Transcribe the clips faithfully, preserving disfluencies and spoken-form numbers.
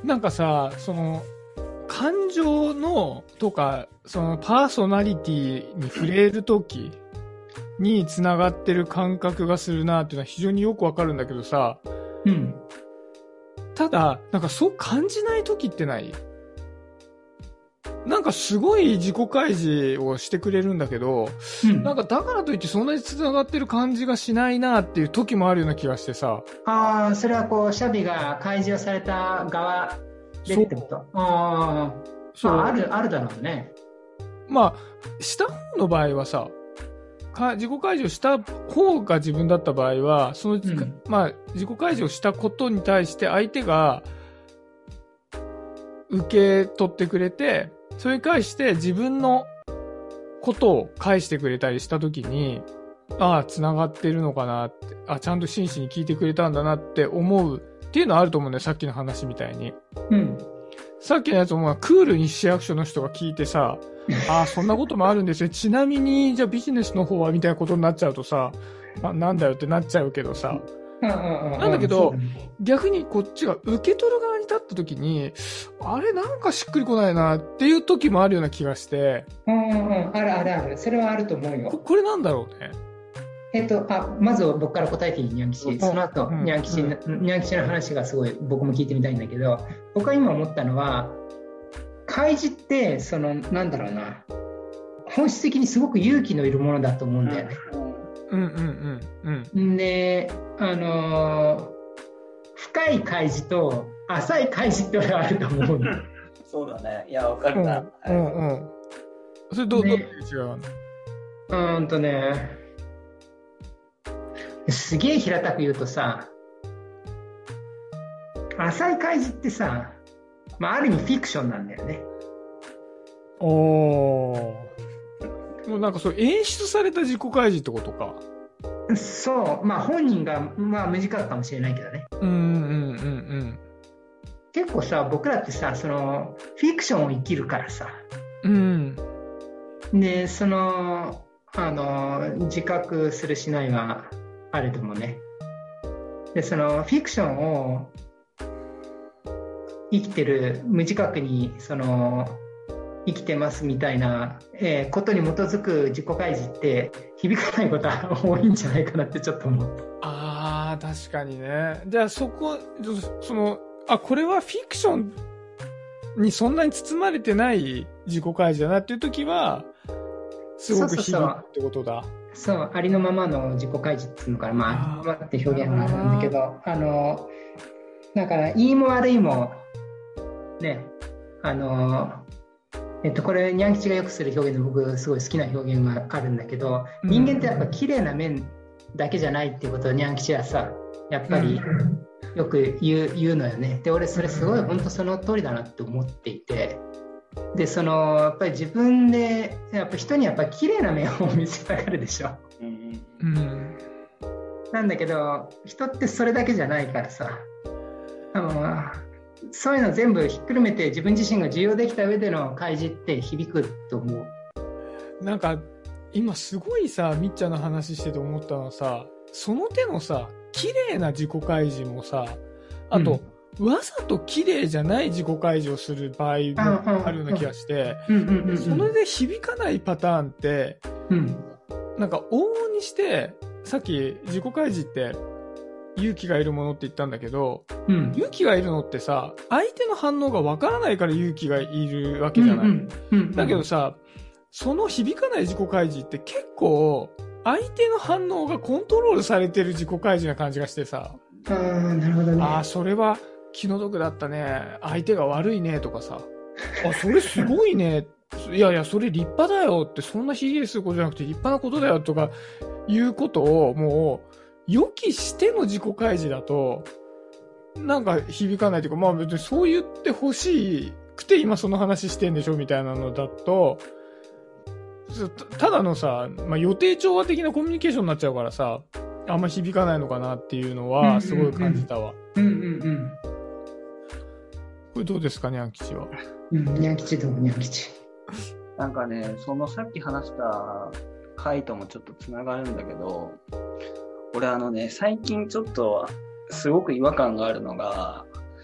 なんかさ、その、感情のとか、そのパーソナリティに触れるときにつながってる感覚がするなっていうのは非常によくわかるんだけどさ、 うん。 ただ、なんかそう感じないときってない？なんかすごい自己開示をしてくれるんだけど、うん、なんかだからといってそんなに繋がってる感じがしないなっていう時もあるような気がしてさ。 ああ、それはこう、シャビが開示をされた側でってこと？ああ、そう、まあ、ある、あるだろうね。 まあ、した方の場合はさ、か自己開示をした方が自分だった場合は、その、うん、まあ、自己開示をしたことに対して相手が受け取ってくれて、それに対して自分のことを返してくれたりしたときに、ああ、繋がってるのかなって、あ、ちゃんと真摯に聞いてくれたんだなって思うっていうのはあると思うんだよ、さっきの話みたいに。 うん。 さっきのやつもクールに市役所の人が聞いてさ、ああ、そんなこともあるんですよ。ちなみに、じゃあビジネスの方はみたいなことになっちゃうとさ、あ、なんだよってなっちゃうけどさ。なんだけど、逆にこっちが受け取る側に立った時に、あれなんかしっくりこないなっていう時もあるような気がして。 うんうんうん、あるあるある。それはあると思うよ。 こ, これなんだろうね。 えっと、あ、まず僕から答えていい？にゃん吉。その後、にゃん吉、にゃん吉の話がすごい僕も聞いてみたいんだけど、僕が今思ったのは、開示って、その、なんだろうな、本質的にすごく勇気のいるものだと思うんだよね。 うんうんうんうん。 で、あのー、深い開示と浅い開示ってのがあると思うの。 そうだね。いや、わかるな。 うんうんうん。それどう、ね、どういう違うの？ うーんとね、すげえ平たく言うとさ、浅い開示ってさ、まあ、ある意味フィクションなんだよね。 おー。もうなんかそう演出された自己開示ってことか。 そう、まあ本人が、まあ無自覚かもしれないけどね。 うんうんうんうん。 結構さ、僕らってさ、その、フィクションを生きるからさ。 うん。 で、その、あの、自覚するしないはあれどもね。で、その、フィクションを生きてる、無自覚に、その、生きてますみたいな、えー、ことに基づく自己開示って響かないことは多いんじゃないかなってちょっと思った。 ああ、確かにね。じゃあそこ、その、あ、これはフィクションにそんなに包まれてない自己開示だなっていう時は、すごく響くってことだ。 そう、そうそう、ありのままの自己開示っていうのから、まあ、ありのままって表現があるんだけど、あの、だから、いいも悪いも、ね、あの、えっと、これにゃん吉がよくする表現で僕すごい好きな表現があるんだけど、うん、人間ってやっぱ綺麗な面だけじゃないっていうことをにゃん吉はさやっぱりよく言う、言うのよね。で俺それすごい本当その通りだなって思っていて、でそのやっぱり自分でやっぱ人にやっぱり綺麗な面を見せたがるでしょ、うんうん、なんだけど人ってそれだけじゃないからさ、あのそういうの全部ひっくるめて自分自身が受容できた上での開示って響くと思う。 なんか今すごいさみっちゃんの話してて思ったのはさ、その手のさ綺麗な自己開示もさ、あと、うん、わざと綺麗じゃない自己開示をする場合もあるような気がして、それで響かないパターンって、うん、なんか往々にしてさっき自己開示って勇気がいるものって言ったんだけど、うん、勇気がいるのってさ、相手の反応がわからないから勇気がいるわけじゃない、うんうんうんうん、だけどさ、その響かない自己開示って結構相手の反応がコントロールされてる自己開示な感じがしてさ、 あー、なるほどね。 あー、それは気の毒だったね、相手が悪いねとかさ、あ、それすごいね、いやいやそれ立派だよって、そんな卑下することじゃなくて立派なことだよとかいうことをもう予期しての自己開示だとなんか響かないというか、まあ別にそう言ってほしくて今その話してんでしょみたいなのだと、ただのさ、まあ、予定調和的なコミュニケーションになっちゃうからさ、あんま響かないのかなっていうのはすごい感じたわ。 うんうんうん。 これどうですか、にゃん吉は。 うん、にゃん吉どうにゃん吉。 なんかね、そのさっき話した回ともちょっとつながるんだけど、俺あのね、最近ちょっとすごく違和感があるのが、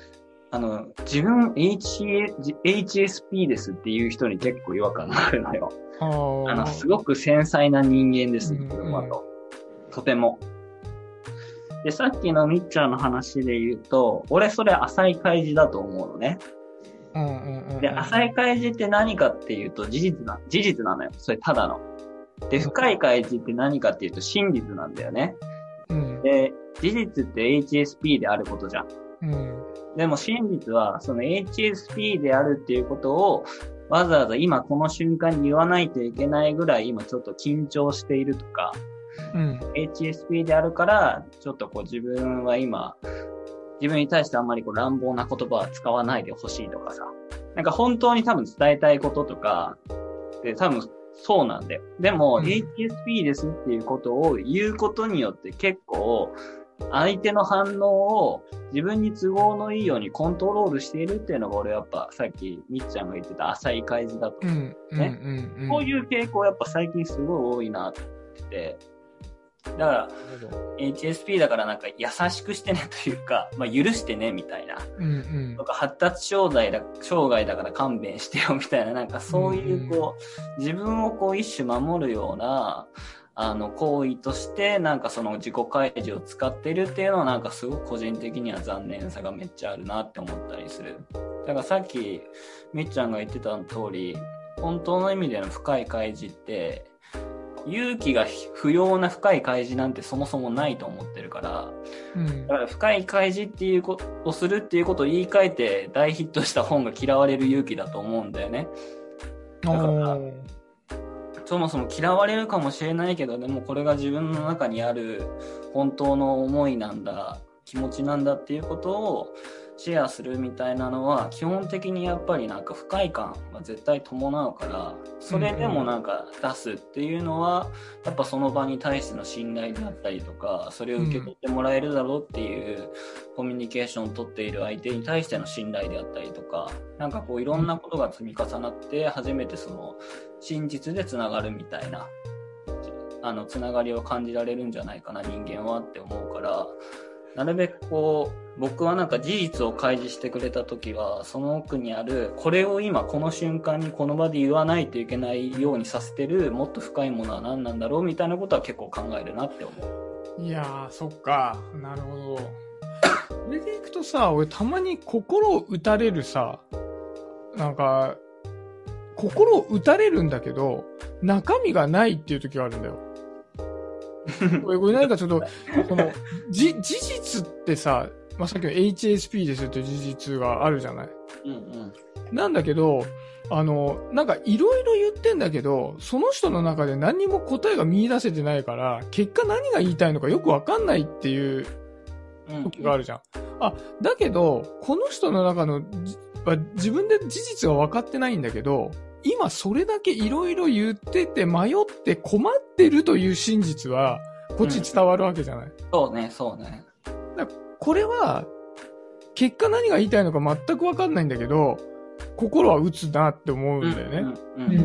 あの、自分 エイチエスピー ですっていう人に結構違和感があるのよ。あの、すごく繊細な人間ですっていうのと、とても。で、さっきのみっちゃんの話で言うと、俺それ浅い開示だと思うのね。 うんうんうん、 で、浅い開示って何かっていうと事実な、事実なのよ。それただの。で、深い開示って何かっていうと真実なんだよね。うん、で、事実って エイチエスピー であることじゃん。うん、でも真実は、その エイチエスピー であるっていうことを、わざわざ今この瞬間に言わないといけないぐらい今ちょっと緊張しているとか、うん、エイチエスピー であるから、ちょっとこう自分は今、自分に対してあんまりこう乱暴な言葉は使わないでほしいとかさ。なんか本当に多分伝えたいこととか、で多分そうなんだよ。でも、うん、エイチエスピー ですっていうことを言うことによって結構、相手の反応を自分に都合のいいようにコントロールしているっていうのが俺やっぱさっきみっちゃんが言ってた浅い開示だと思うね、うんうんうんうん。こういう傾向やっぱ最近すごい多いなって思ってて。だから、エイチエスピー だからなんか優しくしてねというか、まあ許してねみたいな。うんうん、とか発達障害だ、障害だから勘弁してよみたいな、なんかそういうこう、うんうん、自分をこう一種守るような、あの行為としてなんかその自己開示を使っているっていうのはなんかすごく個人的には残念さがめっちゃあるなって思ったりする。だからさっきみっちゃんが言ってた通り、本当の意味での深い開示って勇気が不要な深い開示なんてそもそもないと思ってるから、うん、だから深い開示っていうことをするっていうことを言い換えて大ヒットした本が嫌われる勇気だと思うんだよね。だからそもそも嫌われるかもしれないけど、でもこれが自分の中にある本当の思いなんだ、気持ちなんだっていうことをシェアするみたいなのは基本的にやっぱりなんか不快感が絶対伴うから、それでもなんか出すっていうのはやっぱその場に対しての信頼であったりとか、それを受け取ってもらえるだろうっていうコミュニケーションを取っている相手に対しての信頼であったりとか、なんかこういろんなことが積み重なって初めてその真実でつながるみたいな、あのつながりを感じられるんじゃないかな人間はって思うから、なるべくこう僕はなんか事実を開示してくれた時はその奥にあるこれを今この瞬間にこの場で言わないといけないようにさせてるもっと深いものは何なんだろうみたいなことは結構考えるなって思う。いやーそっか、なるほど。それでいくとさ、俺たまに心を打たれるさ、なんか心を打たれるんだけど中身がないっていう時があるんだよ。これ、これ何かちょっと、その、じ、事実ってさ、まあ、さっきの エイチエスピー ですって事実があるじゃない。うんうん。なんだけど、あの、なんかいろいろ言ってんだけど、その人の中で何にも答えが見出せてないから、結果何が言いたいのかよくわかんないっていう時があるじゃん。うんうん、あ、だけど、この人の中の、自分で事実は分かってないんだけど、今それだけいろいろ言ってて迷って困ってるという真実はこっち伝わるわけじゃない、うん、 そうねそうね。 だからこれは結果何が言いたいのか全く分かんないんだけど心は打つなって思うんだよね、うんうんうん、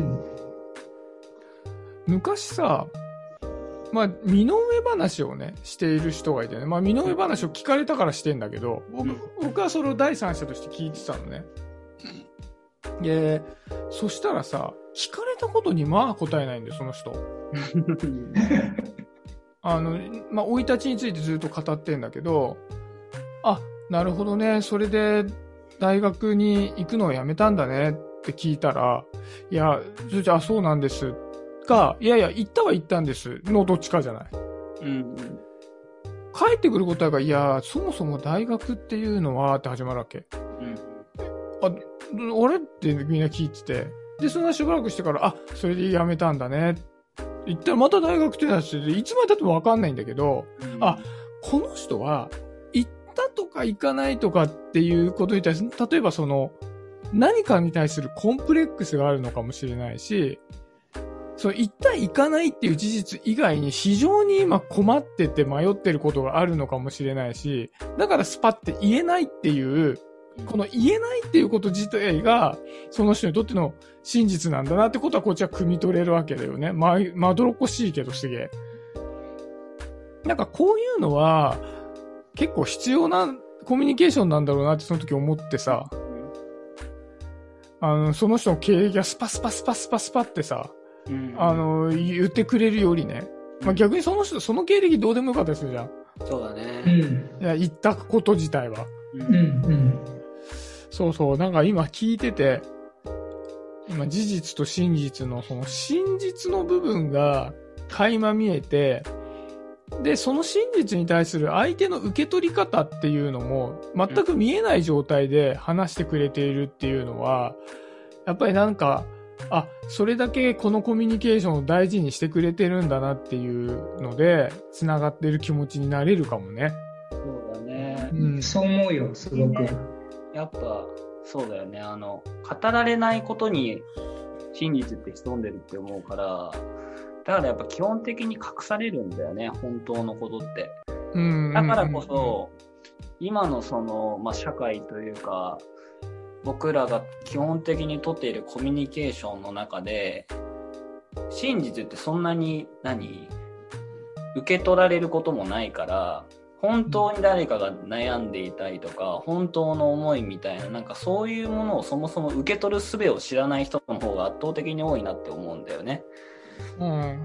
昔さまあ身の上話をねしている人がいてね、まあ身の上話を聞かれたからしてんだけど 僕, 僕はそれを第三者として聞いてたのね。で、そしたらさ、聞かれたことにまあ答えないんだよ、その人。あの、まあ、生い立ちについてずっと語ってんだけど、あ、なるほどね、それで大学に行くのをやめたんだねって聞いたら、いや、それじゃあそうなんですか、いやいや、行ったは行ったんですのどっちかじゃない。うん。帰ってくる答えが、いや、そもそも大学っていうのはって始まるわけ。うん。あ、俺ってみんな聞いてて、で、そんなしばらくしてから、あ、それで辞めたんだね。言ったらまた大学ってなって、いつまで経ってもわかんないんだけど、うん、あ、この人は、行ったとか行かないとかっていうことに対して、例えばその、何かに対するコンプレックスがあるのかもしれないし、その行った行かないっていう事実以外に非常に今困ってて迷ってることがあるのかもしれないし、だからスパって言えないっていう、この言えないっていうこと自体が、その人にとっての真実なんだなってことはこっちは汲み取れるわけだよね。ま、まどろっこしいけどすげえ。なんかこういうのは結構必要なコミュニケーションなんだろうなってその時思ってさ、あの、その人の経歴がスパスパスパスパスパってさ、うん、あの、言ってくれるよりね、まあ、逆にその人、その経歴どうでもよかったりするじゃん。 そうだね。 いや、言ったこと自体は。 うん、うん。 そうそう、なんか今聞いてて、今事実と真実のその真実の部分が垣間見えて、で、その真実に対する相手の受け取り方っていうのも全く見えない状態で話してくれているっていうのは、やっぱりなんか、あ、それだけこのコミュニケーションを大事にしてくれてるんだなっていうので、繋がってる気持ちになれるかもね。 そうだね。 うん、そう思うよ、すごく。 やっぱ、そうだよね。あの、語られないことに真実って潜んでるって思うから、だからやっぱ基本的に隠されるんだよね、本当のことって。 うんだからこそ、今のその、まあ、社会というか、僕らが基本的にとっているコミュニケーションの中で、真実ってそんなに何受け取られることもないから、本当に誰かが悩んでいたりとか、本当の思いみたいな、なんかそういうものをそもそも受け取る術を知らない人の方が圧倒的に多いなって思うんだよね。 うん。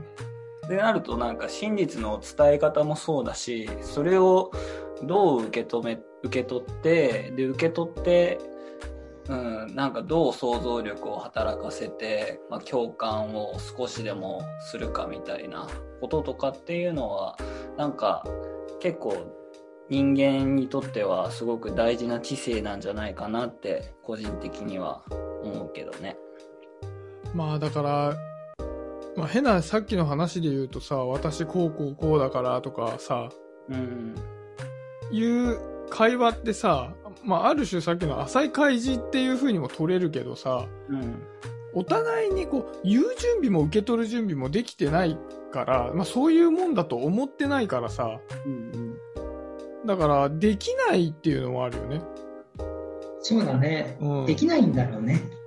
でなるとなんか真実の伝え方もそうだし、それをどう受け止め、受け取って、で、受け取って、うん、なんかどう想像力を働かせて、まあ、共感を少しでもするかみたいなこととかっていうのは、なんか結構人間にとってはすごく大事な知性なんじゃないかなって個人的には思うけどね。 まあだから、まあ、変なさっきの話で言うとさ、私こうこうこうだからとかさ、 うん、 いう会話ってさ、まあある種さっきの浅い開示っていう風にも取れるけどさ、 うん、 お互いにこう言う準備も受け取る準備もできてないから、まあそういうもんだと思ってないからさ、 うんうん、 だからできないっていうのもあるよね。 そうだね、 うん、 できないんだろうね。